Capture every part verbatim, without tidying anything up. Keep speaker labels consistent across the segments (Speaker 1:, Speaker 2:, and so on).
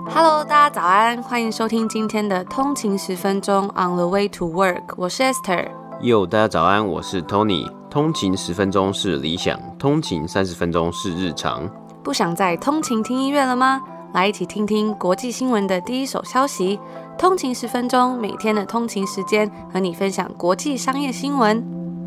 Speaker 1: Hello， 大家早安，欢迎收听今天的通勤十分钟 On the way to work， 我是 Esther。Yo，
Speaker 2: 大家早安，我是 Tony。通勤十分钟是理想，通勤三十分钟是日常。
Speaker 1: 不想再通勤听音乐了吗？来一起听听国际新闻的第一手消息。通勤十分钟，每天的通勤时间和你分享国际商业新闻。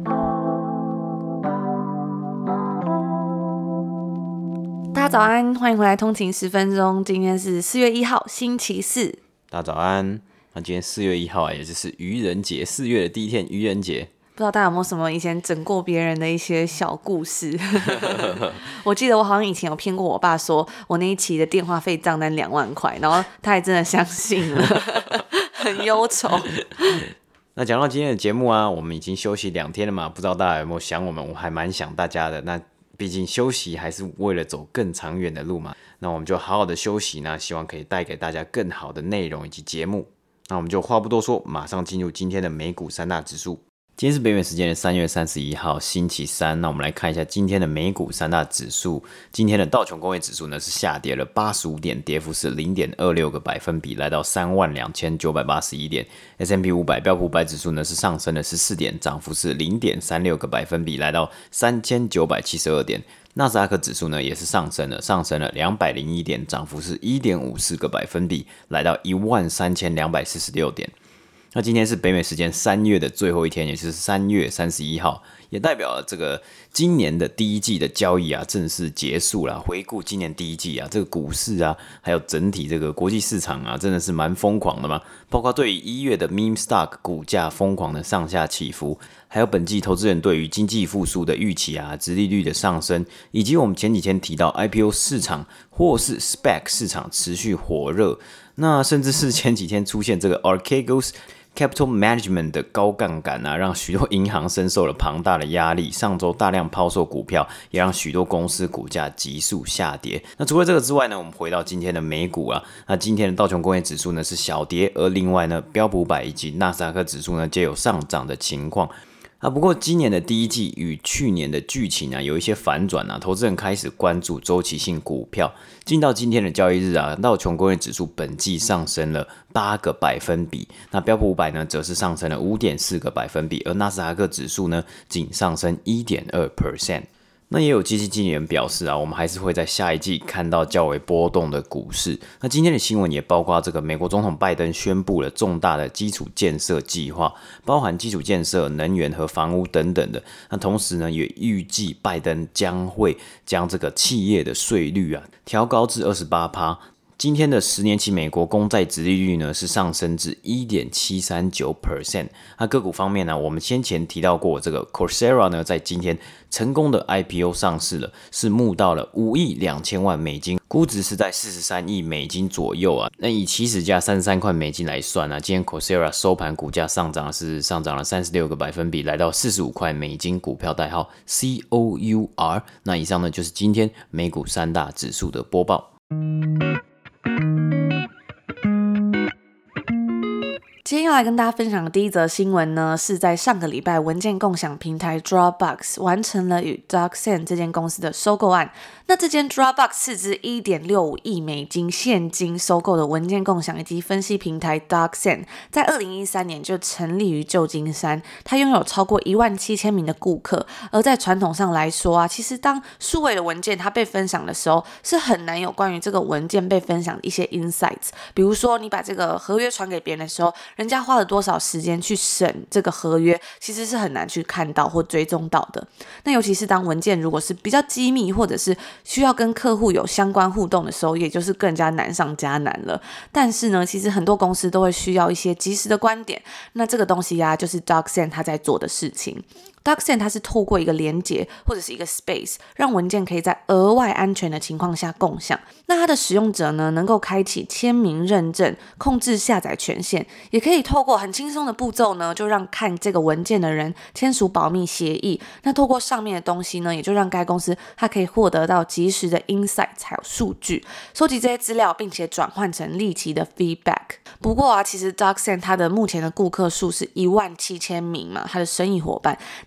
Speaker 1: 大家早安，欢迎回来通勤十分钟。今天是四月一号，星期四。
Speaker 2: 大家早安。那今天四月一号啊，也就是愚人节，四月的第一天，愚人节。
Speaker 1: 不知道大家有没有什么以前整过别人的一些小故事？我记得我好像以前有骗过我爸，说我那一期的电话费账单两万块，然后他还真的相信了，很忧愁。
Speaker 2: 那讲到今天的节目啊，我们已经休息两天了嘛，不知道大家有没有想我们？我还蛮想大家的。那毕竟休息还是为了走更长远的路嘛，那我们就好好的休息，那希望可以带给大家更好的内容以及节目。那我们就话不多说，马上进入今天的美股三大指数。今天是北美时间的三月三十一号，星期三。那我们来看一下今天的美股三大指数。今天的道琼工业指数呢是下跌了八十五点，跌幅是 零点二六个百分比，来到三万两千九百八十一点。S and P 五百 标普五百指数呢是上升了十四点，涨幅是 零点三六个百分比，来到三千九百七十二点。纳斯达克指数呢也是上升了，上升了两百零一点，涨幅是 一点五四个百分比，来到一万三千两百四十六点。那今天是北美时间三月的最后一天，也就是三月三十一号，也代表了这个今年的第一季的交易啊正式结束了。回顾今年第一季啊，这个股市啊，还有整体这个国际市场啊，真的是蛮疯狂的嘛。包括对于一月的 meme stock 股价疯狂的上下起伏，还有本季投资人对于经济复苏的预期啊，殖利率的上升，以及我们前几天提到 I P O 市场或是 S P A C 市场持续火热，那甚至是前几天出现这个 Archegos Capital Management 的高杠杆啊，让许多银行深受了庞大的压力。上周大量抛售股票，也让许多公司股价急速下跌。那除了这个之外呢，我们回到今天的美股啊，那今天的道琼工业指数呢是小跌，而另外呢，标普五百以及纳斯达克指数呢皆有上涨的情况。啊，不过今年的第一季与去年的剧情啊有一些反转啊，投资人开始关注周期性股票。进到今天的交易日啊，道琼工业指数本季上升了八个百分比，那标普五百呢则是上升了 五点四个百分比，而纳斯达克指数呢仅上升 百分之一点二。那也有基金经理人表示啊，我们还是会在下一季看到较为波动的股市。那今天的新闻也包括这个美国总统拜登宣布了重大的基础建设计划，包含基础建设、能源和房屋等等的。那同时呢，也预计拜登将会将这个企业的税率啊调高至 百分之二十八。今天的十年期美国公债殖利率呢是上升至 百分之一点七三九。那个股方面呢，我们先前提到过，这个 Coursera 呢在今天成功的 I P O 上市了，是募到了五亿两千万美金，估值是在四十三亿美金左右啊。那以起始价三十三块美金来算啊，今天 Coursera 收盘股价上涨是上涨了三十六个百分比，来到四十五块美金，股票代号 C O U R。那以上呢就是今天美股三大指数的播报。
Speaker 1: 今天要来跟大家分享的第一则新闻呢，是在上个礼拜文件共享平台 Dropbox 完成了与 DocSend 这间公司的收购案。那这间 Dropbox 斥资 一点六五亿美金现金收购的文件共享以及分析平台 DocSend， 在二零一三年就成立于旧金山，它拥有超过一万七千名的顾客。而在传统上来说啊，其实当数位的文件它被分享的时候，是很难有关于这个文件被分享的一些 insights， 比如说你把这个合约传给别人的时候，人家花了多少时间去审这个合约，其实是很难去看到或追踪到的。那尤其是当文件如果是比较机密，或者是需要跟客户有相关互动的时候，也就是更加难上加难了。但是呢，其实很多公司都会需要一些即时的观点，那这个东西啊，就是 DocSend 它在做的事情。DocSend 它是透过一个连结或者是一个 space， 让文件可以在额外安全的情况下共享。那它的使用者呢，能够开启签名认证，控制下载权限，也可以透过很轻松的步骤呢，就让看这个文件的人签署保密协议。那透过上面的东西呢，也就让该公司它可以获得到及时的 insights 还有数据，收集这些资料，并且转换成立即的 feedback。不过啊，其实 DocSend 它的目前的顾客数是一万七千名嘛，它的生意伙伴。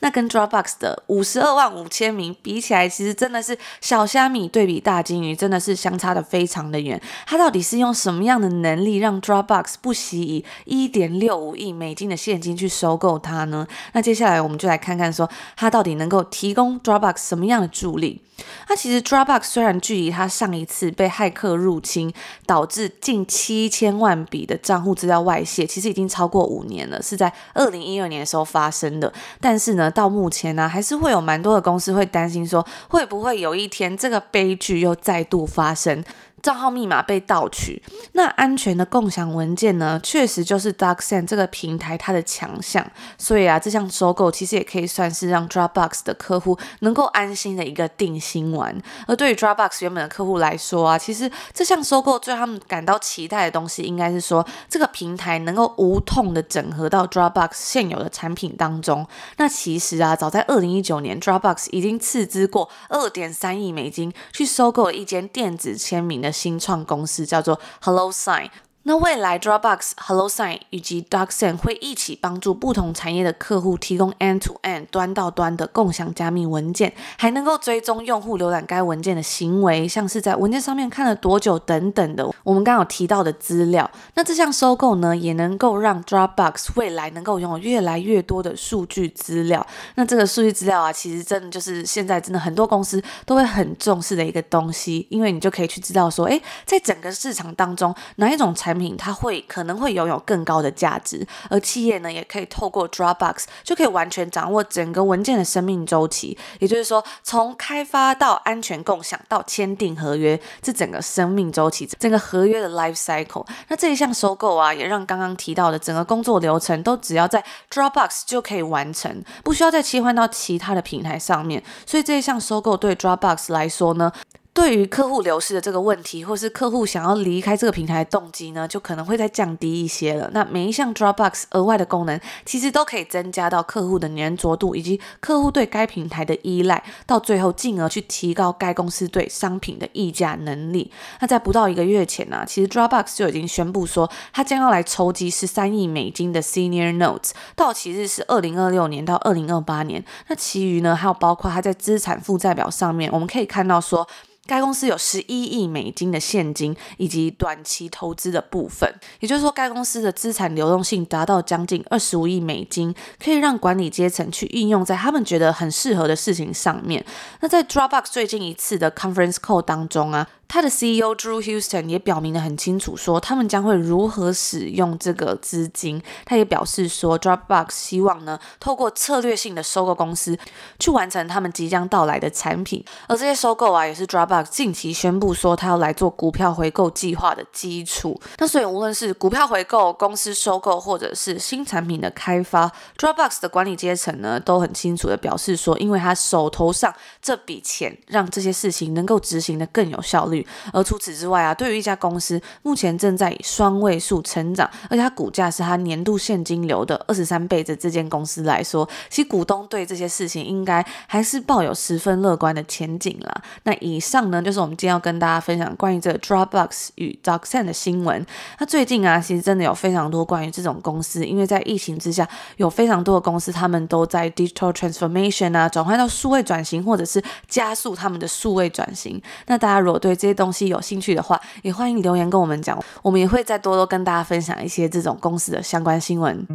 Speaker 1: 那跟 Dropbox 的五十二万五千名比起来，其实真的是小虾米对比大金鱼，真的是相差的非常的远。它到底是用什么样的能力让 Dropbox 不惜以 一点六五亿美金的现金去收购它呢？那接下来我们就来看看说它到底能够提供 Dropbox 什么样的助力。那其实 Dropbox 虽然距离它上一次被骇客入侵导致近七千万笔的账户资料外泄，其实已经超过五年了，是在二零一二年的时候发生的。但是呢，到目前呢、啊，还是会有蛮多的公司会担心说，会不会有一天这个悲剧又再度发生，账号密码被盗取。那安全的共享文件呢，确实就是 DocSend 这个平台它的强项。所以啊，这项收购其实也可以算是让 Dropbox 的客户能够安心的一个定心丸。而对于 Dropbox 原本的客户来说啊，其实这项收购最让他们感到期待的东西，应该是说这个平台能够无痛的整合到 Dropbox 现有的产品当中。那其实啊，早在二零一九年 Dropbox 已经斥资过 二点三亿美金去收购了一间电子签名的新创公司，叫做 HelloSign。那未来 Dropbox、HelloSign 以及 DocSend 会一起帮助不同产业的客户提供 end-to-end 端到端的共享加密文件，还能够追踪用户浏览该文件的行为，像是在文件上面看了多久等等的我们刚刚有提到的资料。那这项收购呢，也能够让 Dropbox 未来能够拥有越来越多的数据资料。那这个数据资料啊，其实真的就是现在真的很多公司都会很重视的一个东西，因为你就可以去知道说，诶，在整个市场当中哪一种产品它会可能会拥有更高的价值，而企业呢也可以透过 Dropbox 就可以完全掌握整个文件的生命周期，也就是说从开发到安全共享到签订合约，这整个生命周期，整个合约的 life cycle。 那这一项收购啊，也让刚刚提到的整个工作流程都只要在 Dropbox 就可以完成，不需要再切换到其他的平台上面。所以这一项收购对 Dropbox 来说呢，对于客户流失的这个问题，或是客户想要离开这个平台的动机呢，就可能会再降低一些了。那每一项 Dropbox 额外的功能，其实都可以增加到客户的黏着度，以及客户对该平台的依赖，到最后进而去提高该公司对商品的议价能力。那在不到一个月前啊，其实 Dropbox 就已经宣布说，它将要来筹集十三亿美金的 Senior Notes， 到期日是二零二六年到二零二八年。那其余呢，还有包括它在资产负债表上面，我们可以看到说，该公司有十一亿美金的现金以及短期投资的部分，也就是说该公司的资产流动性达到将近二十五亿美金，可以让管理阶层去运用在他们觉得很适合的事情上面。那在 Dropbox 最近一次的 conference call 当中啊，他的 C E O Drew Houston 也表明得很清楚，说他们将会如何使用这个资金。他也表示说 Dropbox 希望呢，透过策略性的收购公司去完成他们即将到来的产品。而这些收购啊，也是 Dropbox 近期宣布说他要来做股票回购计划的基础。那所以无论是股票回购、公司收购，或者是新产品的开发， Dropbox 的管理阶层呢，都很清楚的表示说，因为他手头上这笔钱，让这些事情能够执行的更有效率。而除此之外啊，对于一家公司目前正在以双位数成长，而且它股价是它年度现金流的二十三倍的这间公司来说，其实股东对这些事情应该还是抱有十分乐观的前景啦。那以上呢，就是我们今天要跟大家分享关于这个 Dropbox 与 DocSend 的新闻。那最近啊，其实真的有非常多关于这种公司，因为在疫情之下，有非常多的公司他们都在 digital transformation 啊，转换到数位转型，或者是加速他们的数位转型。那大家如果对这些东西有兴趣的话，也欢迎留言跟我们讲，我们也会再多多跟大家分享一些这种公司的相关新闻。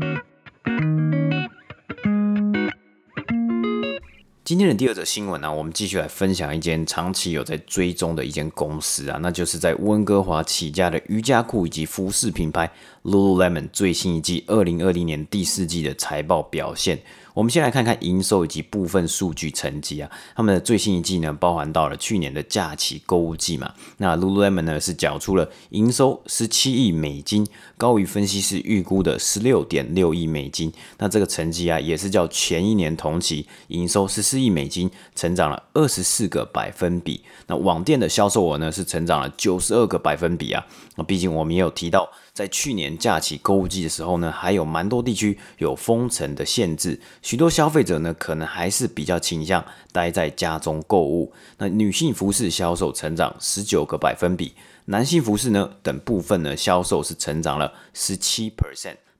Speaker 2: 今天的第二则新闻呢、啊，我们继续来分享一间长期有在追踪的一间公司啊，那就是在温哥华起家的瑜伽裤以及服饰品牌 Lululemon 最新一季二零二零年第四季的财报表现。我们先来看看营收以及部分数据成绩啊。他们的最新一季呢，包含到了去年的假期购物季嘛。那 Lululemon 呢是缴出了营收十七亿美金，高于分析师预估的 十六点六亿美金。那这个成绩啊，也是较前一年同期营收十四亿美金，成长了二十四个百分比。那网店的销售额呢是成长了九十二个百分比啊。那毕竟我们也有提到，在去年假期购物季的时候呢，还有蛮多地区有封城的限制，许多消费者呢可能还是比较倾向待在家中购物。那女性服饰销售成长十九个百分比，男性服饰呢等部分呢销售是成长了 百分之十七。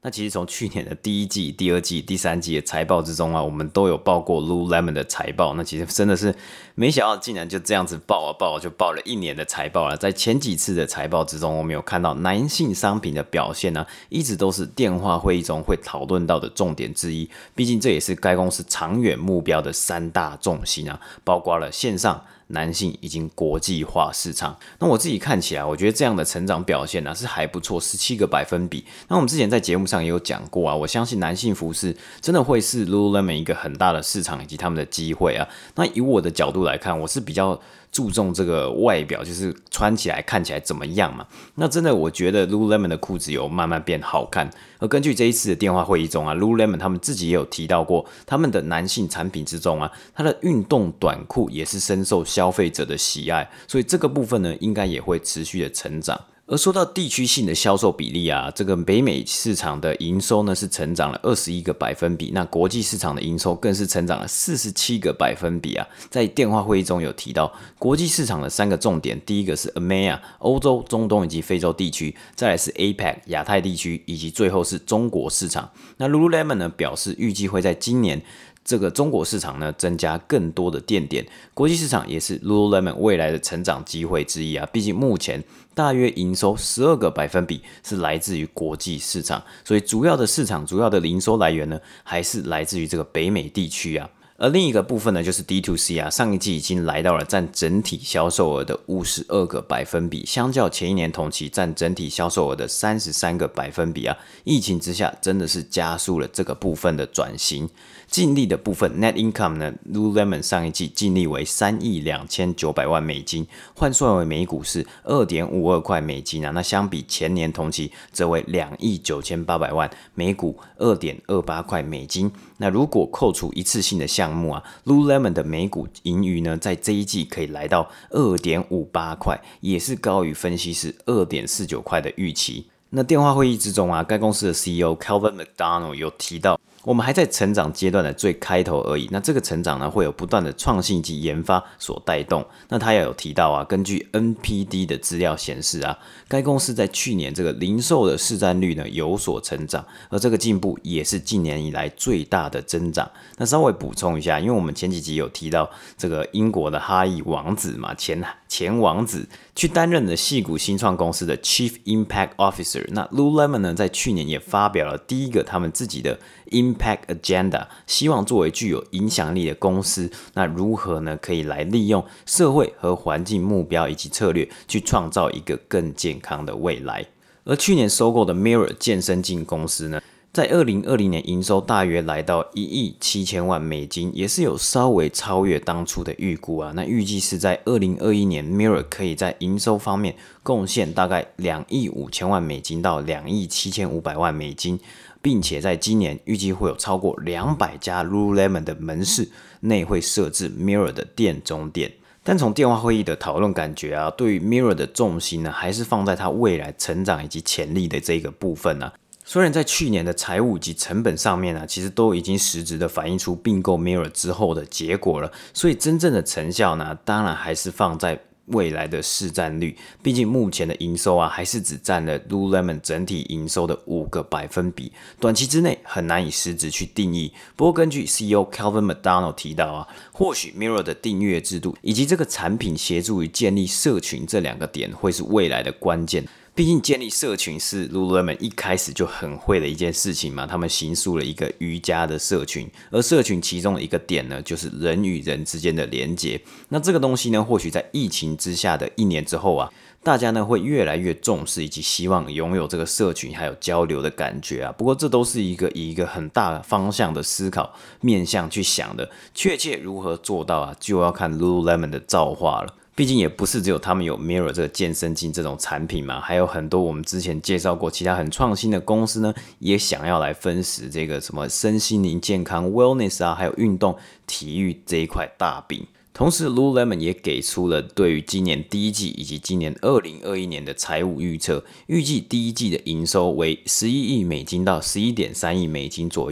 Speaker 2: 那其实从去年的第一季、第二季、第三季的财报之中啊，我们都有报过 Lululemon 的财报。那其实真的是没想到，竟然就这样子报啊报，就报了一年的财报了。在前几次的财报之中，我们有看到男性商品的表现呢、啊，一直都是电话会议中会讨论到的重点之一。毕竟这也是该公司长远目标的三大重心啊，包括了线上、男性以及国际化市场。那我自己看起来，我觉得这样的成长表现呢、啊、是还不错，十七个百分比。那我们之前在节目上也有讲过啊，我相信男性服饰真的会是 Lululemon 一个很大的市场以及他们的机会啊。那以我的角度来看，我是比较注重这个外表，就是穿起来看起来怎么样嘛。那真的我觉得 Lululemon 的裤子有慢慢变好看。而根据这一次的电话会议中啊 ，Lululemon 他们自己也有提到过，他们的男性产品之中啊，它的运动短裤也是深受消费者的喜爱，所以这个部分呢，应该也会持续的成长。而说到地区性的销售比例啊，这个北美市场的营收呢是成长了二十一个百分比，那国际市场的营收更是成长了四十七个百分比啊。在电话会议中有提到，国际市场的三个重点，第一个是 E M E A 欧洲、中东以及非洲地区，再来是 A P E C 亚太地区，以及最后是中国市场。那 Lululemon 呢表示，预计会在今年这个中国市场呢，增加更多的店点，国际市场也是 Lululemon 未来的成长机会之一啊。毕竟目前大约营收十二个百分比是来自于国际市场，所以主要的市场、主要的营收来源呢，还是来自于这个北美地区啊。而另一个部分呢，就是 D to C 啊，上一季已经来到了占整体销售额的五十二个百分比，相较前一年同期占整体销售额的三十三个百分比啊。疫情之下，真的是加速了这个部分的转型。净利的部分 ，Net Income 呢 ，Lululemon 上一季净利为三亿两千九百万美金，换算为每股是二点五二块美金啊。那相比前年同期，则为两亿九千八百万，每股二点二八块美金。那如果扣除一次性的项目啊 ，Lululemon 的每股盈余呢，在这一季可以来到二点五八块，也是高于分析师二点四九块的预期。那电话会议之中啊，该公司的 C E O Calvin McDonald 有提到，我们还在成长阶段的最开头而已。那这个成长呢，会有不断的创新及研发所带动。那他也有提到啊，根据 N P D 的资料显示啊，该公司在去年这个零售的市占率呢有所成长，而这个进步也是近年以来最大的增长。那稍微补充一下，因为我们前几集有提到这个英国的哈利王子嘛，前前王子去担任了矽谷新创公司的 Chief Impact Officer。那 Lululemon 呢，在去年也发表了第一个他们自己的 Impact Agenda， 希望作为具有影响力的公司，那如何呢可以来利用社会和环境目标以及策略，去创造一个更健康的未来。而去年收购的 Mirror 健身镜公司呢，在二零二零年营收大约来到一亿七千万美金，也是有稍微超越当初的预估啊。那预计是在二零二一年 Mirror 可以在营收方面贡献大概两亿五千万美金到两亿七千五百万美金，并且在今年预计会有超过两百家 Lululemon 的门市内会设置 Mirror 的店中店。但从电话会议的讨论感觉啊，对于 Mirror 的重心呢，还是放在它未来成长以及潜力的这个部分啊。虽然在去年的财务及成本上面啊，其实都已经实质的反映出并购 Mirror 之后的结果了，所以真正的成效呢，当然还是放在未来的市占率。毕竟目前的营收啊，还是只占了 Lululemon 整体营收的五个百分比，短期之内很难以实质去定义。不过根据 C E O Calvin McDonald 提到啊，或许 Mirror 的订阅制度以及这个产品协助于建立社群这两个点，会是未来的关键。毕竟建立社群是 Lululemon 一开始就很会的一件事情嘛，他们形塑了一个瑜伽的社群，而社群其中的一个点呢，就是人与人之间的连结。那这个东西呢，或许在疫情之下的一年之后啊，大家呢会越来越重视以及希望拥有这个社群还有交流的感觉啊。不过这都是一个以一个很大方向的思考面向去想的，确切如何做到啊，就要看 Lululemon 的造化了。毕竟也不是只有他们有 Mirror 这个健身镜这种产品嘛，还有很多我们之前介绍过其他很创新的公司呢，也想要来分食这个什么身心灵健康 Wellness 啊，还有运动体育这一块大饼。同时 Lululemon 也给出了对于今年第一季以及今年二零二一年的财务预测，预计第一季的营收为十一亿美金到十一点三亿美金左右，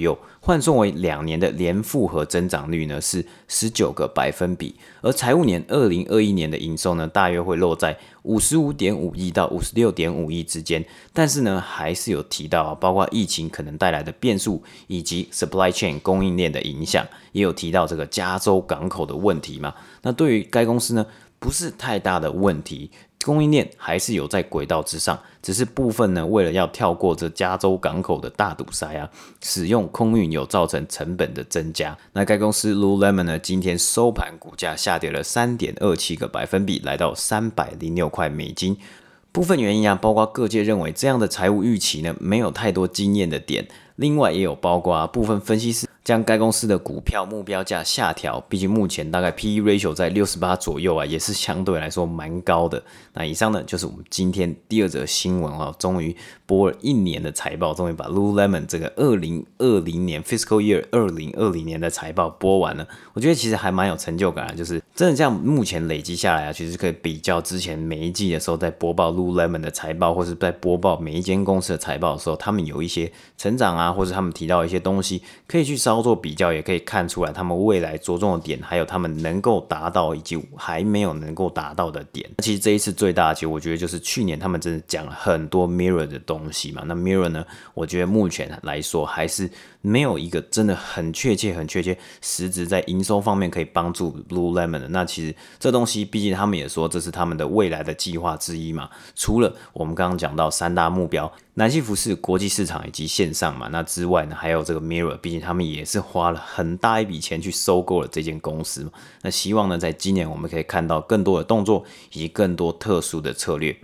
Speaker 2: 换算为两年的年复合增长率呢是十九个百分比，而财务年二零二一年的营收呢大约会落在五十五点五亿到五十六点五亿之间，但是呢还是有提到啊，包括疫情可能带来的变数以及 supply chain 供应链的影响，也有提到这个加州港口的问题嘛。那对于该公司呢不是太大的问题，供应链还是有在轨道之上，只是部分呢为了要跳过这加州港口的大堵塞啊，使用空运有造成成本的增加。那该公司 Lululemon 呢今天收盘股价下跌了 三点二七个百分比，来到三百零六块美金。部分原因啊，包括各界认为这样的财务预期呢没有太多惊艳的点，另外也有包括、啊、部分分析师将该公司的股票目标价下调，毕竟目前大概 P E ratio 在六十八左右啊，也是相对来说蛮高的。那以上呢就是我们今天第二则新闻啊，终于播了一年的财报，终于把 Lululemon 这个二零二零年 Fiscal Year 二零二零年的财报播完了。我觉得其实还蛮有成就感的，就是真的这样目前累积下来啊，其实可以比较之前每一季的时候在播报 Lululemon 的财报，或是在播报每一间公司的财报的时候，他们有一些成长啊，或是他们提到一些东西可以去稍作比较，也可以看出来他们未来着重的点，还有他们能够达到以及还没有能够达到的点。其实这一次最大的，其实我觉得就是去年他们真的讲了很多 Mirror 的东西嘛。那 Mirror 呢，我觉得目前来说还是没有一个真的很确切、很确切实质在营收方面可以帮助 Lululemon 的。那其实这东西，毕竟他们也说这是他们的未来的计划之一嘛。除了我们刚刚讲到三大目标，男性服饰、国际市场以及线上嘛，那之外呢，还有这个 Mirror， 毕竟他们也是花了很大一笔钱去收购了这间公司嘛。那希望呢，在今年我们可以看到更多的动作以及更多特殊的策略。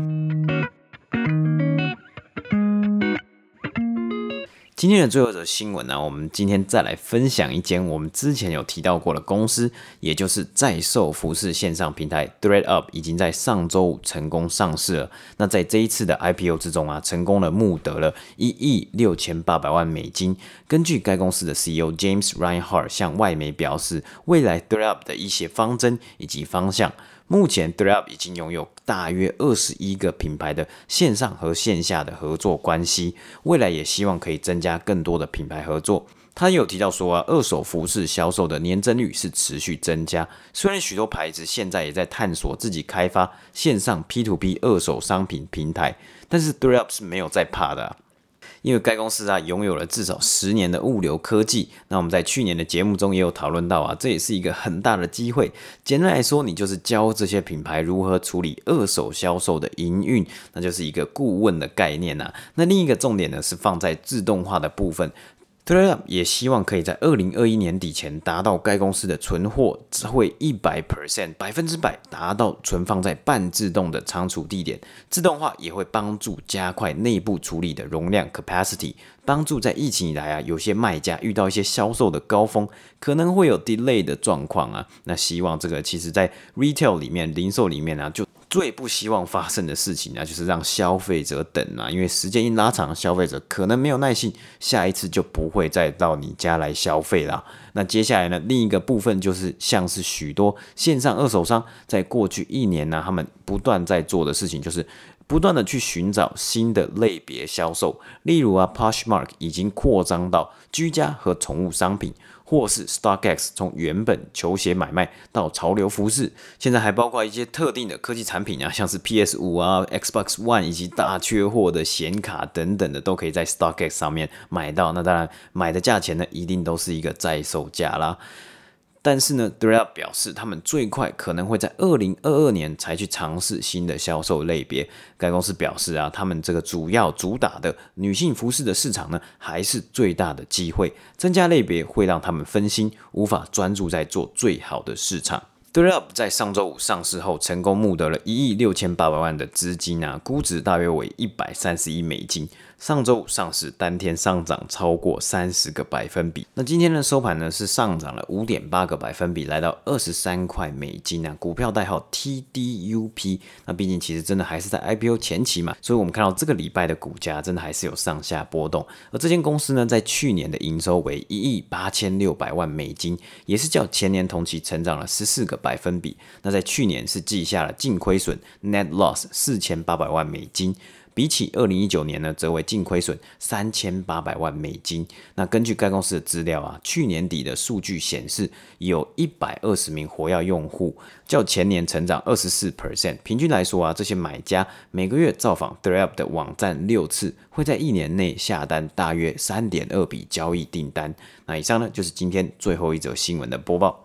Speaker 2: 今天的最后一则新闻呢，我们今天再来分享一间我们之前有提到过的公司，也就是在售服饰线上平台 ThredUp 已经在上周五成功上市了。那在这一次的 I P O 之中啊，成功的募得了一亿六千八百万美金。根据该公司的 C E O James Reinhart 向外媒表示，未来 ThredUp 的一些方针以及方向。目前 ThredUp 已经拥有大约二十一个品牌的线上和线下的合作关系，未来也希望可以增加更多的品牌合作。他也有提到说啊，二手服饰销售的年增率是持续增加，虽然许多牌子现在也在探索自己开发线上 P to P 二手商品平台，但是 ThredUp 是没有在怕的啊。因为该公司啊拥有了至少十年的物流科技，那我们在去年的节目中也有讨论到啊，这也是一个很大的机会。简单来说，你就是教这些品牌如何处理二手销售的营运，那就是一个顾问的概念啊。那另一个重点呢是放在自动化的部分。ThredUp 也希望可以在二零二一年底前达到该公司的存货会 百分之百 百分之百达到存放在半自动的仓储地点，自动化也会帮助加快内部处理的容量 capacity， 帮助在疫情以来啊，有些卖家遇到一些销售的高峰，可能会有 delay 的状况啊。那希望这个其实在 retail 里面、零售里面啊，就最不希望发生的事情啊，就是让消费者等啊，因为时间一拉长，消费者可能没有耐性，下一次就不会再到你家来消费啦。那接下来呢，另一个部分就是像是许多线上二手商在过去一年呢，他们不断在做的事情，就是不断的去寻找新的类别销售，例如啊 Poshmark 已经扩张到居家和宠物商品，或是 StockX 从原本球鞋买卖到潮流服饰，现在还包括一些特定的科技产品啊，像是 P S 五 啊 Xbox One 以及大缺货的显卡等等的，都可以在 StockX 上面买到。那当然买的价钱呢，一定都是一个在售价啦。但是呢 ThredUp 表示他们最快可能会在二零二二年才去尝试新的销售类别。该公司表示啊，他们这个主要主打的女性服饰的市场呢，还是最大的机会，增加类别会让他们分心，无法专注在做最好的市场。ThredUp 在上周五上市后，成功募得了一亿六千八百万的资金啊，估值大约为一百三十亿美金。上周五上市，当天上涨超过三十个百分比。那今天的收盘呢，是上涨了 五点八个百分比，来到二十三块美金啊。股票代号 T D U P。那毕竟其实真的还是在 I P O 前期嘛，所以我们看到这个礼拜的股价真的还是有上下波动。而这间公司呢，在去年的营收为一亿八千六百万美金，也是较前年同期成长了十四个百分比。那在去年是记下了净亏损 net loss 四千八百万美金。 比起二零一九年呢，则为净亏损三千八百万美金。那根据该公司的资料啊，去年底的数据显示，有一百二十名活跃用户，较前年成长 百分之二十四。平均来说啊，这些买家每个月造访 ThredUp 的网站六次，会在一年内下单大约 三点二笔交易订单。那以上呢，就是今天最后一则新闻的播报。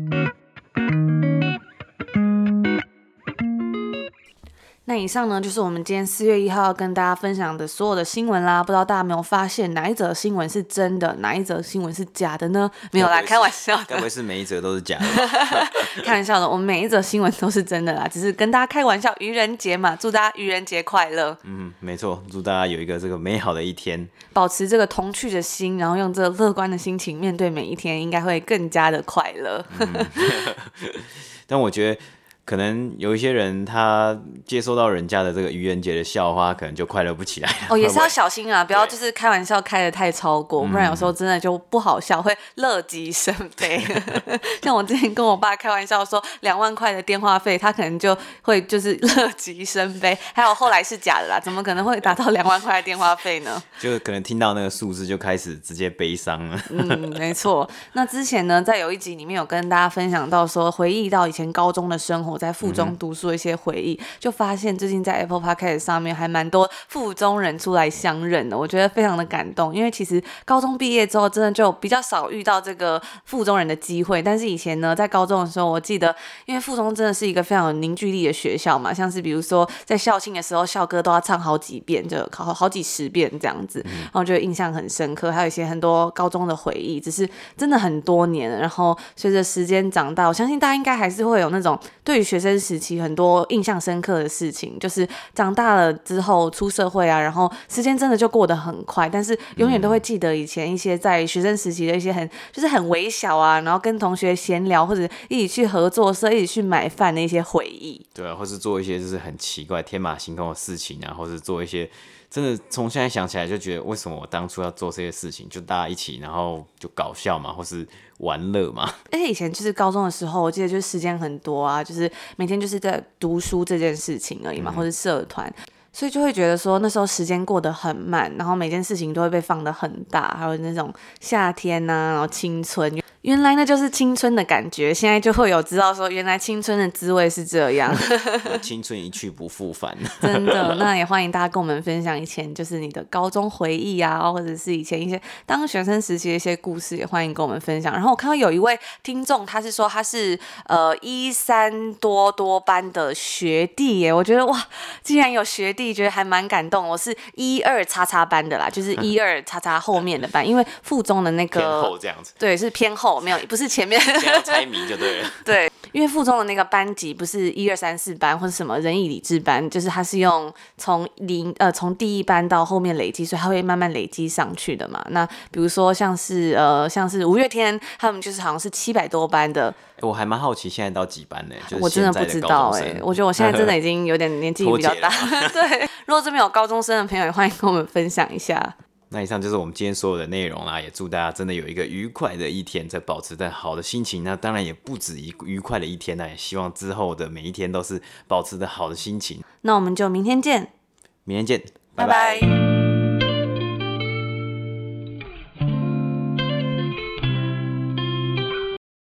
Speaker 1: 那以上呢，就是我们今天四月一号要跟大家分享的所有的新闻啦。不知道大家有没有发现，哪一则新闻是真的，哪一则新闻是假的呢？没有啦，开玩笑的。
Speaker 2: 该不会是每一则都是假的吧？
Speaker 1: 开玩笑的，我们每一则新闻都是真的啦，只是跟大家开玩笑。愚人节嘛，祝大家愚人节快乐。
Speaker 2: 嗯，没错，祝大家有一个这个美好的一天，
Speaker 1: 保持这个童趣的心，然后用这个乐观的心情面对每一天，应该会更加的快乐。
Speaker 2: 嗯、但我觉得。可能有一些人他接收到人家的这个愚人节的笑话，可能就快乐不起来了。
Speaker 1: 哦，也是要小心啊，不要就是开玩笑开得太超过，不然有时候真的就不好笑，会乐极生悲。像我之前跟我爸开玩笑说两万块的电话费，他可能就会就是乐极生悲。还有后来是假的啦，怎么可能会达到两万块的电话费呢？
Speaker 2: 就可能听到那个数字就开始直接悲伤了。
Speaker 1: 嗯，没错。那之前呢，在有一集里面有跟大家分享到说，回忆到以前高中的生活。我在附中读书的一些回忆、嗯、就发现最近在 Apple Podcast 上面还蛮多附中人出来相认的，我觉得非常的感动。因为其实高中毕业之后真的就比较少遇到这个附中人的机会，但是以前呢在高中的时候，我记得因为附中真的是一个非常有凝聚力的学校嘛，像是比如说在校庆的时候校歌都要唱好几遍，就好好几十遍这样子，然后就印象很深刻。还有一些很多高中的回忆，只是真的很多年了，然后随着时间长大，我相信大家应该还是会有那种对于学生时期很多印象深刻的事情，就是长大了之后出社会啊，然后时间真的就过得很快，但是永远都会记得以前一些在学生时期的一些很就是很微小啊，然后跟同学闲聊或者一起去合作社一起去买饭的一些回忆。
Speaker 2: 对啊，或是做一些就是很奇怪天马行空的事情啊，或是做一些真的从现在想起来就觉得为什么我当初要做这些事情，就大家一起然后就搞笑嘛，或是玩乐嘛。
Speaker 1: 而且以前就是高中的时候，我记得就是时间很多啊，就是每天就是在读书这件事情而已嘛，嗯、或是社团，所以就会觉得说那时候时间过得很慢，然后每件事情都会被放得很大，还有那种夏天啊，然后青春。原来那就是青春的感觉，现在就会有知道说原来青春的滋味是这样。
Speaker 2: 青春一去不复返。
Speaker 1: 真的，那也欢迎大家跟我们分享以前就是你的高中回忆啊，或者是以前一些当学生时期的一些故事，也欢迎跟我们分享。然后我看到有一位听众，他是说他是呃一三多多班的学弟耶，我觉得哇，既然有学弟，觉得还蛮感动。我是一二叉叉班的啦，就是一二叉叉后面的班，因为附中的那个
Speaker 2: 偏后这样子，
Speaker 1: 对，是偏后。没有，不是前面。
Speaker 2: 现在要猜谜就对了。
Speaker 1: 对，因为附中的那个班级不是一二三四班或者什么仁义礼智班，就是它是用从零呃从第一班到后面累积，所以它会慢慢累积上去的嘛。那比如说像是呃像是五月天，他们就是好像是七百多班的。
Speaker 2: 我还蛮好奇现在到几班呢？就是、
Speaker 1: 我真的不知道哎、欸，我觉得我现在真的已经有点年纪比较大。对，如果这边有高中生的朋友，也欢迎跟我们分享一下。
Speaker 2: 那以上就是我们今天所有的内容啦，也祝大家真的有一个愉快的一天，在保持在好的心情。那当然也不止一愉快的一天呢，也希望之后的每一天都是保持着好的心情。
Speaker 1: 那我们就明天见，
Speaker 2: 明天见，
Speaker 1: 拜拜。拜拜。